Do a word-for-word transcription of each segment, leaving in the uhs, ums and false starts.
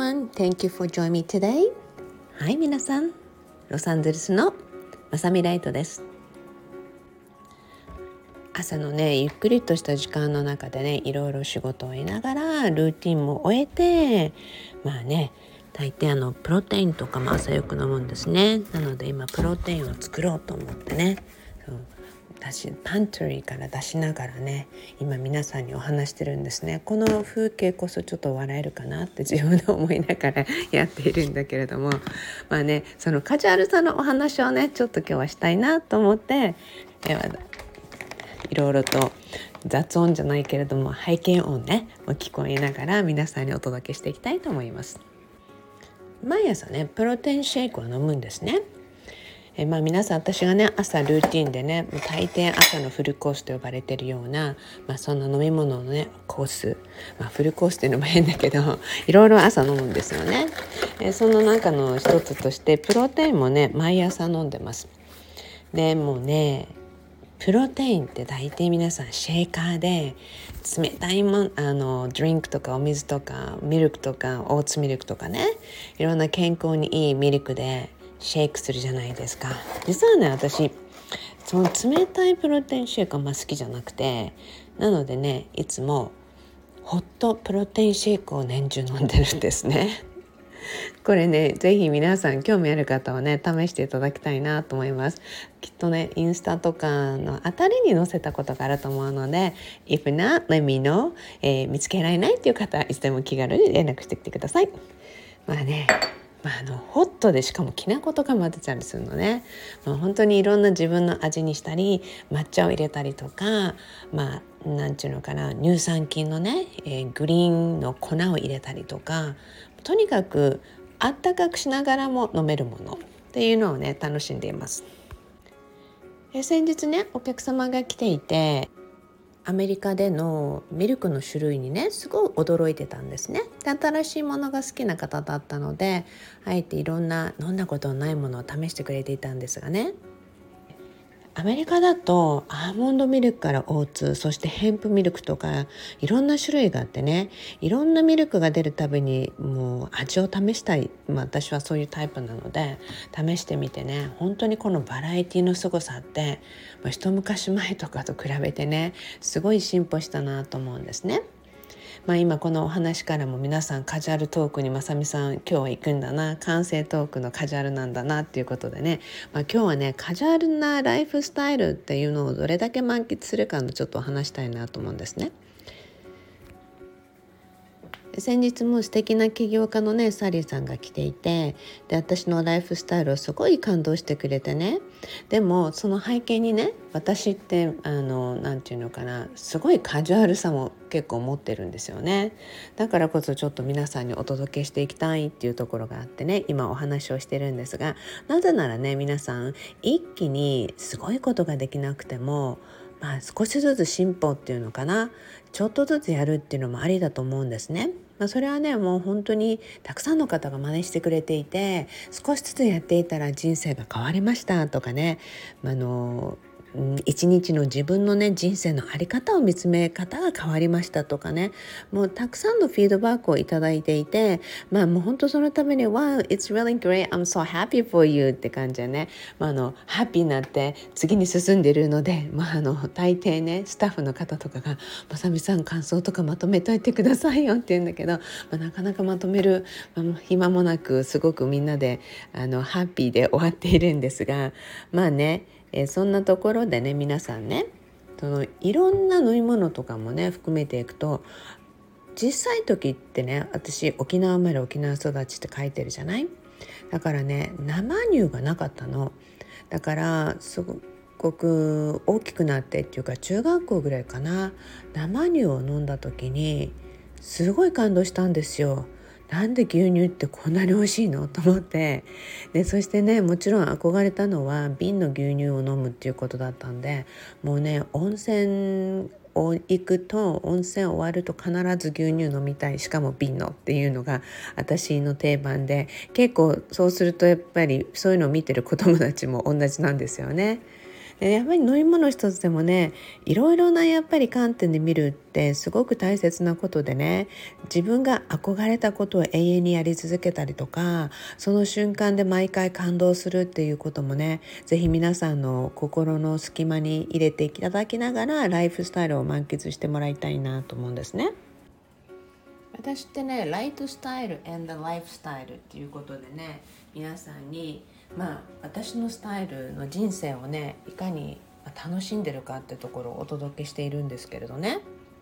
everyone. Thank you for joining me today. はい、皆さん。ロサンゼルスのまさみライトです。朝のね、ゆっくりとした時間の中でね、いろいろ仕事を得ながらルーティンも終えて、まあね、大抵あのプロテインとかも朝よく飲むんですね。なので今プロテインを作ろうと思ってね、そう出しパントリーから出しながらね、今皆さんにお話してるんですね。この風景こそちょっと笑えるかなって自分で思いながらやっているんだけれども、まあね、そのカジュアルさのお話をね、ちょっと今日はしたいなと思って、えいろいろと雑音じゃないけれども背景音ね聞こえながら皆さんにお届けしていきたいと思います。毎朝ねプロテインシェイクを飲むんですね。えまあ、皆さん私がね朝ルーティンでね大抵朝のフルコースと呼ばれているような、まあ、そんな飲み物のねコース、まあ、フルコースっていうのも変だけどいろいろ朝飲むんですよね。えその中の一つとしてプロテインもね毎朝飲んでます。でもうねプロテインって大体皆さんシェーカーで冷たいもんあのドリンクとかお水とかミルクとかオーツミルクとかねいろんな健康にいいミルクでシェイクするじゃないですか。実はね私その冷たいプロテインシェイクあんま好きじゃなくて、なのでねいつもホットプロテインシェイクを年中飲んでるんですね。これねぜひ皆さん興味ある方はね試していただきたいなと思います。きっとねインスタとかのあたりに載せたことがあると思うので If not, let me know、えー、見つけられないっていう方はいつでも気軽に連絡してきてください。まあねまあ、あのホットでしかもきな粉とか混ぜたりするのね、まあ、本当にいろんな自分の味にしたり抹茶を入れたりとか、まあなんていうのかな乳酸菌のね、えー、グリーンの粉を入れたりとか、とにかくあったかくしながらも飲めるものっていうのをね楽しんでいます。え先日ねお客様が来ていてアメリカでのミルクの種類にねすごい驚いてたんですね。で新しいものが好きな方だったのであえていろんな飲んだことのないものを試してくれていたんですがね、アメリカだとアーモンドミルクからオーツ、そしてヘンプミルクとかいろんな種類があってね、いろんなミルクが出るたびにもう味を試したい、まあ、私はそういうタイプなので試してみてね、本当にこのバラエティのすごさって、まあ、一昔前とかと比べてねすごい進歩したなと思うんですね。まあ、今このお話からも皆さんカジュアルトークにまさみさん今日は行くんだな、完成トークのカジュアルなんだなっていうことでね、まあ、今日はねカジュアルなライフスタイルっていうのをどれだけ満喫するかのちょっとお話したいなと思うんですね。先日も素敵な起業家のねサリーさんが来ていて、で私のライフスタイルをすごい感動してくれてね、でもその背景にね私ってあのなんていうのかなすごいカジュアルさも結構持ってるんですよね。だからこそちょっと皆さんにお届けしていきたいっていうところがあってね今お話をしてるんですが、なぜならね皆さん一気にすごいことができなくてもまあ、少しずつ進歩っていうのかな、ちょっとずつやるっていうのもありだと思うんですね。まあ、それはねもう本当にたくさんの方が真似してくれていて、少しずつやっていたら人生が変わりましたとかね、あの一日の自分のね人生の在り方を見つめ方が変わりましたとかね、もうたくさんのフィードバックをいただいていて、まあもう本当そのために Wow, it's really great, I'm so happy for you って感じでね、まあ、あのハッピーになって次に進んでいるので、まあ、あの大抵ねスタッフの方とかがまさみさん感想とかまとめといてくださいよって言うんだけど、まあ、なかなかまとめる、まあ、暇もなくすごくみんなであのハッピーで終わっているんですが、まあねえー、そんなところでね皆さんねそのいろんな飲み物とかもね含めていくと、小さい時ってね私沖縄生まれ沖縄育ちって書いてるじゃない。だからね生乳がなかったの。だからすごく大きくなってっていうか中学校ぐらいかな、生乳を飲んだ時にすごい感動したんですよ。なんで牛乳ってこんなに美味しいのと思って、でそしてねもちろん憧れたのは瓶の牛乳を飲むっていうことだったんで、もうね温泉を行くと温泉終わると必ず牛乳飲みたい、しかも瓶のっていうのが私の定番で、結構そうするとやっぱりそういうのを見てる子供たちも同じなんですよね。 でやっぱり飲み物一つでもね、いろいろなやっぱり観点で見るってすごく大切なことでね、自分が憧れたことを永遠にやり続けたりとか、その瞬間で毎回感動するっていうこともね、ぜひ皆さんの心の隙間に入れていただきながらライフスタイルを満喫してもらいたいなと思うんですね。私ってね、ライフスタイル and the ライフスタイルっていうことでね、皆さんにまあ私のスタイルの人生をね、いかに楽しんでるかってところをお届けしているんですけれどね、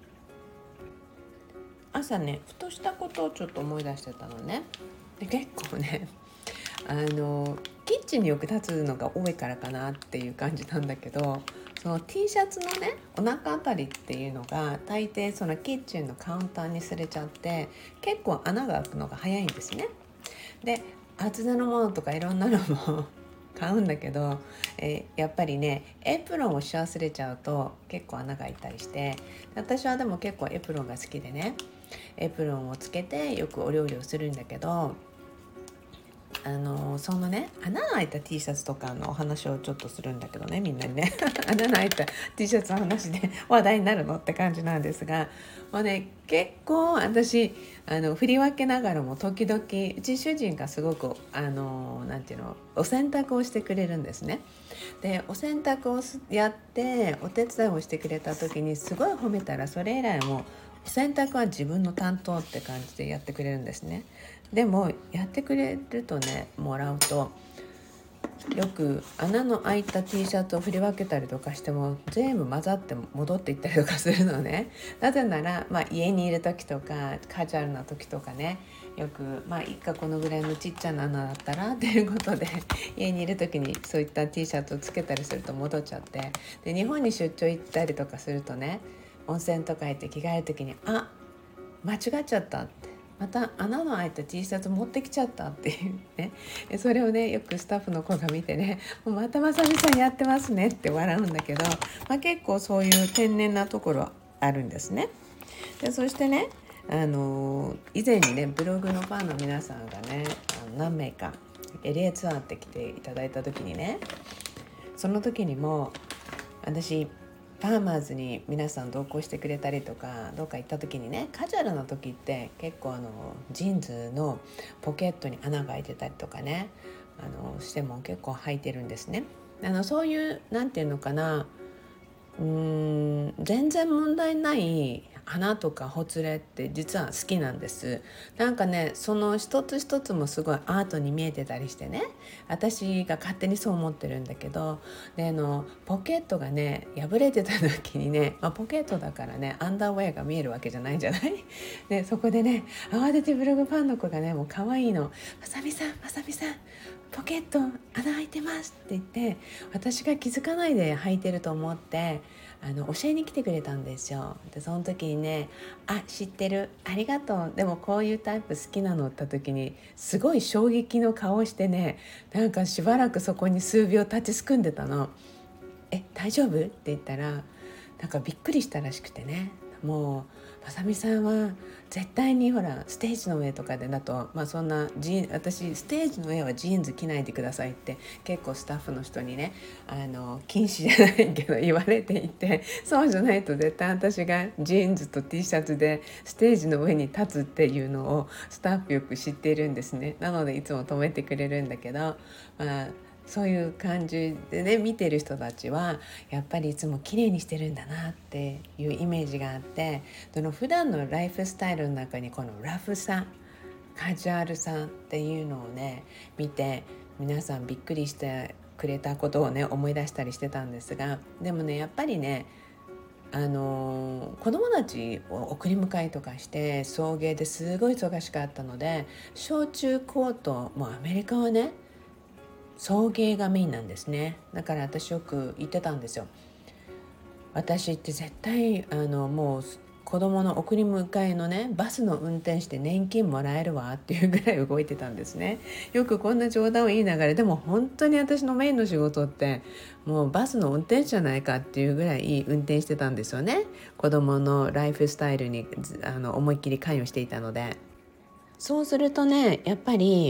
朝ねふとしたことをちょっと思い出してたのね。で結構ねあのキッチンによく立つのが多いからかなっていう感じなんだけど、その T シャツのねお腹あたりっていうのが大抵そのキッチンのカウンターにすれちゃって、結構穴が開くのが早いんですね。で厚手のものとかいろんなのも買うんだけど、えーやっぱりねエプロンをし忘れちゃうと結構穴が開いたりして、私はでも結構エプロンが好きでね、エプロンをつけてよくお料理をするんだけど、あのそのね穴の開いた T シャツとかのお話をちょっとするんだけどね、みんなにね穴の開いた T シャツの話で話題になるのって感じなんですが、もうね結構私あの振り分けながらも時々うち主人がすごくあのなんていうのお洗濯をしてくれるんですね。でお洗濯をやってお手伝いをしてくれた時にすごい褒めたら、それ以来もお洗濯は自分の担当って感じでやってくれるんですね。でもやってくれるとねもらうと、よく穴の開いた T シャツを振り分けたりとかしても全部混ざって戻っていったりとかするのね。なぜなら、まあ、家にいる時とかカジュアルな時とかね、よくまあいっかこのぐらいのちっちゃな穴だったらっていうことで家にいる時にそういった T シャツをつけたりすると戻っちゃって、で日本に出張行ったりとかするとね、温泉とか行って着替える時にあ間違っちゃったって、また穴の開いた T シャツ持ってきちゃったっていうね、それをねよくスタッフの子が見てね、もうまたまさみさんやってますねって笑うんだけど、まあ、結構そういう天然なところあるんですね。でそしてね、あのー以前にねブログのファンの皆さんがねあの何名か エルエー ツアーって来ていただいた時にね、その時にも私ファーマーズに皆さん同行してくれたりとかどっか行った時にね、カジュアルな時って結構あのジーンズのポケットに穴が開いてたりとかね、あのしても結構履いてるんですね。あのそういうなんていうのかな、うーん全然問題ない花とかほつれって実は好きなんです。なんかねその一つ一つもすごいアートに見えてたりしてね、私が勝手にそう思ってるんだけど、であのポケットがね破れてた時にね、まあ、ポケットだからねアンダーウェアが見えるわけじゃないじゃないでそこでね慌ててブログファンの子がねもう可愛いの、まさみさんまさみさんポケット穴開いてますって言って、私が気づかないで履いてると思ってあの教えに来てくれたんですよ。でその時にね、あ知ってるありがとう、でもこういうタイプ好きなのって時にすごい衝撃の顔してね、なんかしばらくそこに数秒立ちすくんでたの。え大丈夫って言ったらなんかびっくりしたらしくてね、もうまさみさんは絶対にほらステージの上とかでだと、まあ、そんなジーン私ステージの上はジーンズ着ないでくださいって結構スタッフの人にねあの禁止じゃないけど言われていて、そうじゃないと絶対私がジーンズと T シャツでステージの上に立つっていうのをスタッフよく知っているんですね。なのでいつも止めてくれるんだけど、まあそういう感じでね見てる人たちはやっぱりいつも綺麗にしてるんだなっていうイメージがあって、その普段のライフスタイルの中にこのラフさカジュアルさっていうのをね見て皆さんびっくりしてくれたことをね思い出したりしてたんですが、でもねやっぱりねあの子供たちを送り迎えとかして送迎ですごい忙しかったので、小中高ともうアメリカはね送迎がメインなんですね。だから私よく言ってたんですよ。私って絶対あのもう子供の送り迎えのねバスの運転して年金もらえるわっていうぐらい動いてたんですね。よくこんな冗談を言いながら、でも本当に私のメインの仕事ってもうバスの運転手じゃないかっていうぐらい運転してたんですよね。子供のライフスタイルにあの思いっきり関与していたので、そうするとねやっぱり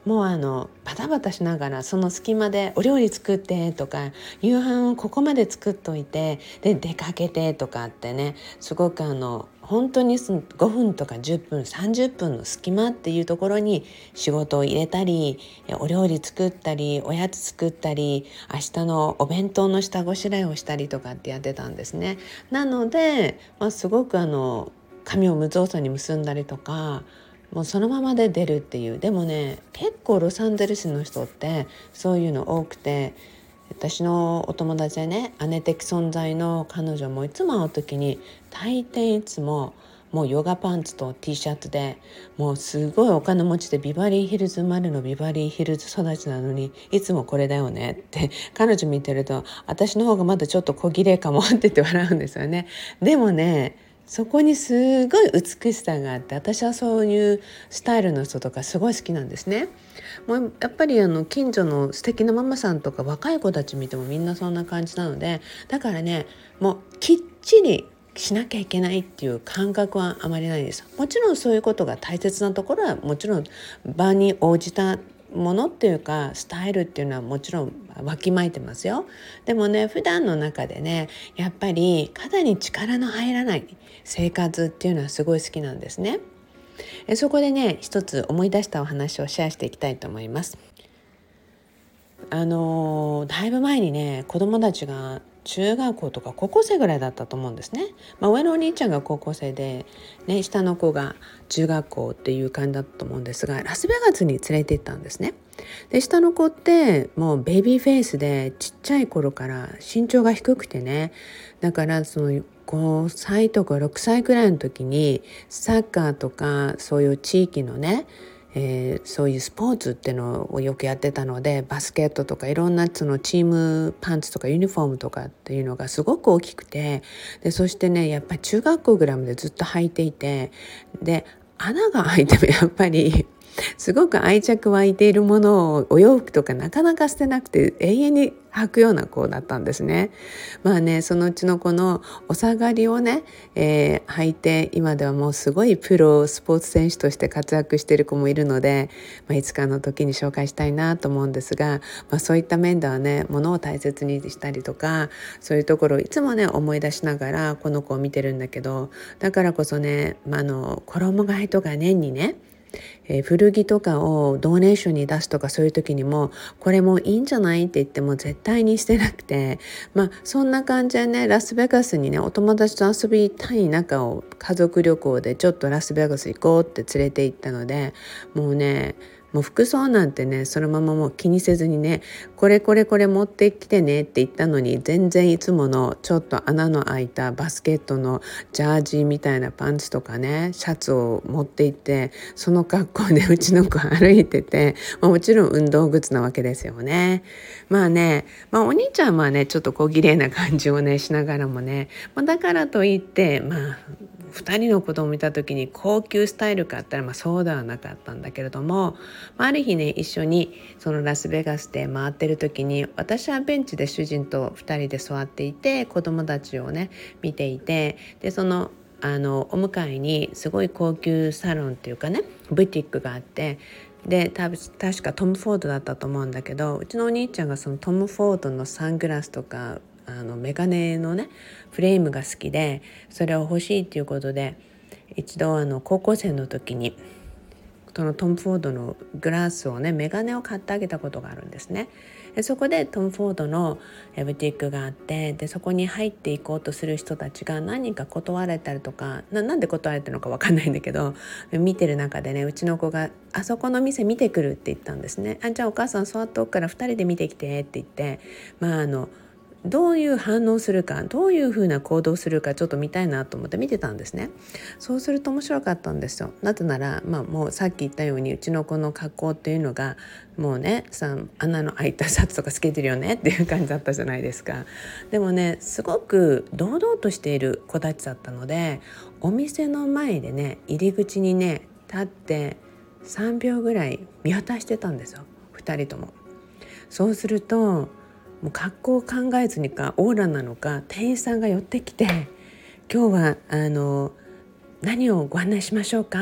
もうあのバタバタしながらその隙間でお料理作ってとか、夕飯をここまで作っといてで出かけてとかってね、すごくあの本当にごふんとかじゅっぷんさんじゅっぷんの隙間っていうところに仕事を入れたり、お料理作ったりおやつ作ったり明日のお弁当の下ごしらえをしたりとかってやってたんですね。なので、まあ、すごくあの髪を無造作に結んだりとか、もうそのままで出るっていう。でもね、結構ロサンゼルスの人ってそういうの多くて、私のお友達でね、姉的存在の彼女もいつも会う時に大抵いつももうヨガパンツと T シャツで、もうすごいお金持ちでビバリーヒルズ生まれのビバリーヒルズ育ちなのにいつもこれだよねって彼女見てると、私の方がまだちょっと小綺麗かもって言って笑うんですよね。でもね、そこにすごい美しさがあって、私はそういうスタイルの人とかすごい好きなんですね。もうやっぱりあの近所の素敵なママさんとか若い子たち見てもみんなそんな感じなので、だからね、もうきっちりしなきゃいけないっていう感覚はあまりないです。もちろんそういうことが大切なところはもちろん場に応じたものっていうかスタイルっていうのはもちろんわきまえてますよ。でもね、普段の中でね、やっぱり肩に力の入らない生活っていうのはすごい好きなんですね。えそこでね、一つ思い出したお話をシェアしていきたいと思います。あのーだいぶ前にね、子供たちが中学校とか高校生ぐらいだったと思うんですね。まあ、上のお兄ちゃんが高校生で、ね、下の子が中学校っていう感じだったと思うんですが、ラスベガスに連れて行ったんですね。で、下の子ってもうベイビーフェイスでちっちゃい頃から身長が低くてね、だからそのごさいとかろくさいくらいの時にサッカーとかそういう地域のね、えー、そういうスポーツっていうのをよくやってたので、バスケットとかいろんなそのチームパンツとかユニフォームとかっていうのがすごく大きくて、でそしてね、やっぱり中学校ぐらいまでずっと履いていて、で穴が開いてもやっぱりすごく愛着湧いているものをお洋服とかなかなか捨てなくて永遠に履くような子だったんですね。まあね、そのうちの子のお下がりをね、えー履いて今ではもうすごいプロスポーツ選手として活躍している子もいるので、まあ、いつかの時に紹介したいなと思うんですが、まあ、そういった面ではね、物を大切にしたりとか、そういうところをいつもね思い出しながらこの子を見てるんだけど、だからこそね、まあ、あの衣替えとか年にね、えー古着とかをドネーションに出すとか、そういう時にもこれもいいんじゃないって言っても絶対にしてなくて、まあそんな感じでね、ラスベガスにねお友達と遊びたい中を家族旅行でちょっとラスベガス行こうって連れて行ったので、もうね、もう服装なんてねそのままもう気にせずにね、これこれこれ持ってきてねって言ったのに、全然いつものちょっと穴の開いたバスケットのジャージみたいなパンツとかねシャツを持って行って、その格好でうちの子歩いてて、まあ、もちろん運動靴なわけですよね。まあね、まあ、お兄ちゃんはねちょっと小綺麗な感じをねしながらもね、まあ、だからといってまあふたりの子供を見た時に高級スタイルかって言ったら、まあ、そうではなかったんだけれども、まあ、ある日ね一緒にそのラスベガスで回ってる時に、私はベンチで主人とふたりで座っていて子供たちをね見ていて、でそのあのお向かいにすごい高級サロンっていうかねブティックがあって、でた確かトム・フォードだったと思うんだけど、うちのお兄ちゃんがそのトム・フォードのサングラスとかあのメガネのねフレームが好きで、それを欲しいっていうことで一度あの高校生の時にそのトム・フォードのグラスをねメガネを買ってあげたことがあるんですね。でそこでトム・フォードのブティックがあって、でそこに入っていこうとする人たちが何人か断られたりとか な, なんで断られたのか分かんないんだけど、見てる中でねうちの子があそこの店見てくるって言ったんですね。あじゃあお母さん座っておくからふたりで見てきてって言って、まああのどういう反応するか、どういうふうな行動するかちょっと見たいなと思って見てたんですね。そうすると面白かったんですよ。なぜなら、まあ、もうさっき言ったようにうちの子の格好っていうのがもうねさ穴の開いたシャツとかつけてるよねっていう感じだったじゃないですか。でもねすごく堂々としている子たちだったので、お店の前でね入り口にね立ってさんびょうぐらい見渡してたんですよ、ふたりとも。そうするともう格好を考えずにかオーラなのか店員さんが寄ってきて、今日はあの何をご案内しましょうかって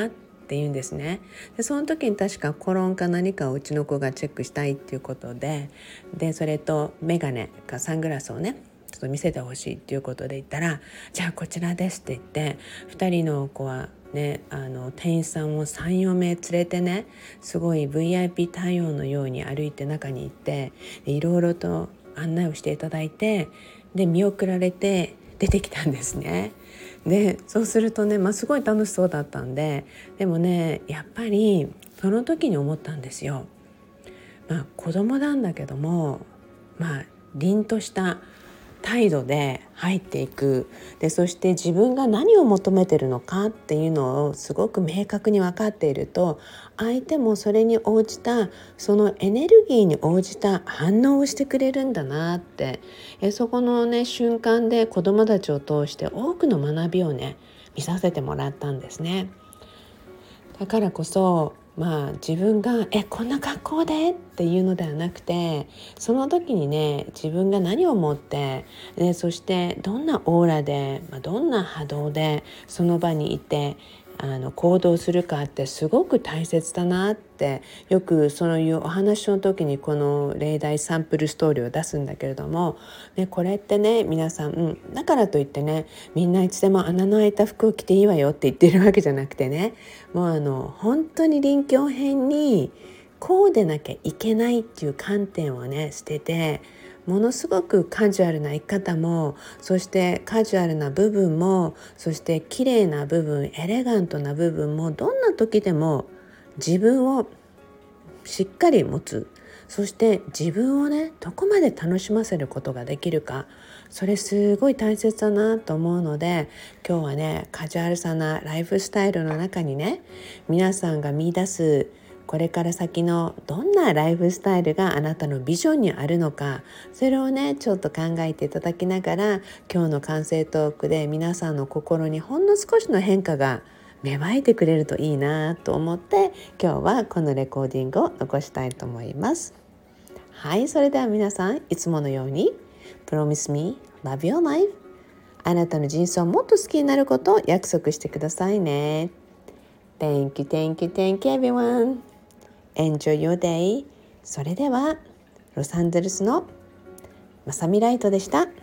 って言うんですね。でその時に確かコロンか何かをうちの子がチェックしたいっていうことで、でそれとメガネかサングラスをねちょっと見せてほしいっていうことで言ったら、じゃあこちらですって言ってふたりの子はね、あの店員さんを さん,よ 名連れてね、すごい ブイアイピー 対応のように歩いて中に行って、でいろいろと案内をしていただいて、で見送られて出てきたんですね。でそうするとね、まあ、すごい楽しそうだったんで、でもねやっぱりその時に思ったんですよ。まあ子供なんだけども、まあ凛とした態度で入っていく。でそして自分が何を求めてるのかっていうのをすごく明確に分かっていると、相手もそれに応じた、そのエネルギーに応じた反応をしてくれるんだなって、えそこのね瞬間で子どもたちを通して多くの学びをね見させてもらったんですね。だからこそまあ自分がえこんな格好でっていうのではなくて、その時にね自分が何を持って、でそしてどんなオーラで、まあ、どんな波動でその場にいてあの行動するかってすごく大切だなって、よくそういうお話の時にこの例題サンプルストーリーを出すんだけれども、ね、これってね皆さん、うん、だからといってねみんないつでも穴の開いた服を着ていいわよって言ってるわけじゃなくてね、もうあの本当に臨機応変にこうでなきゃいけないっていう観点をね捨てて、ものすごくカジュアルな生き方も、そしてカジュアルな部分も、そして綺麗な部分、エレガントな部分も、どんな時でも自分をしっかり持つ。そして自分をねどこまで楽しませることができるか、それすごい大切だなと思うので、今日はねカジュアルさなライフスタイルの中にね、皆さんが見出すこれから先のどんなライフスタイルがあなたのビジョンにあるのか、それをねちょっと考えていただきながら、今日の感性トークで皆さんの心にほんの少しの変化が芽生えてくれるといいなと思って、今日はこのレコーディングを残したいと思います。はい、それでは皆さんいつものように Promise me love your life、 あなたの人生をもっと好きになることを約束してくださいね。 Thank you, thank you, thank you everyone. Enjoy your day. それではロサンゼルスのまさみライトでした。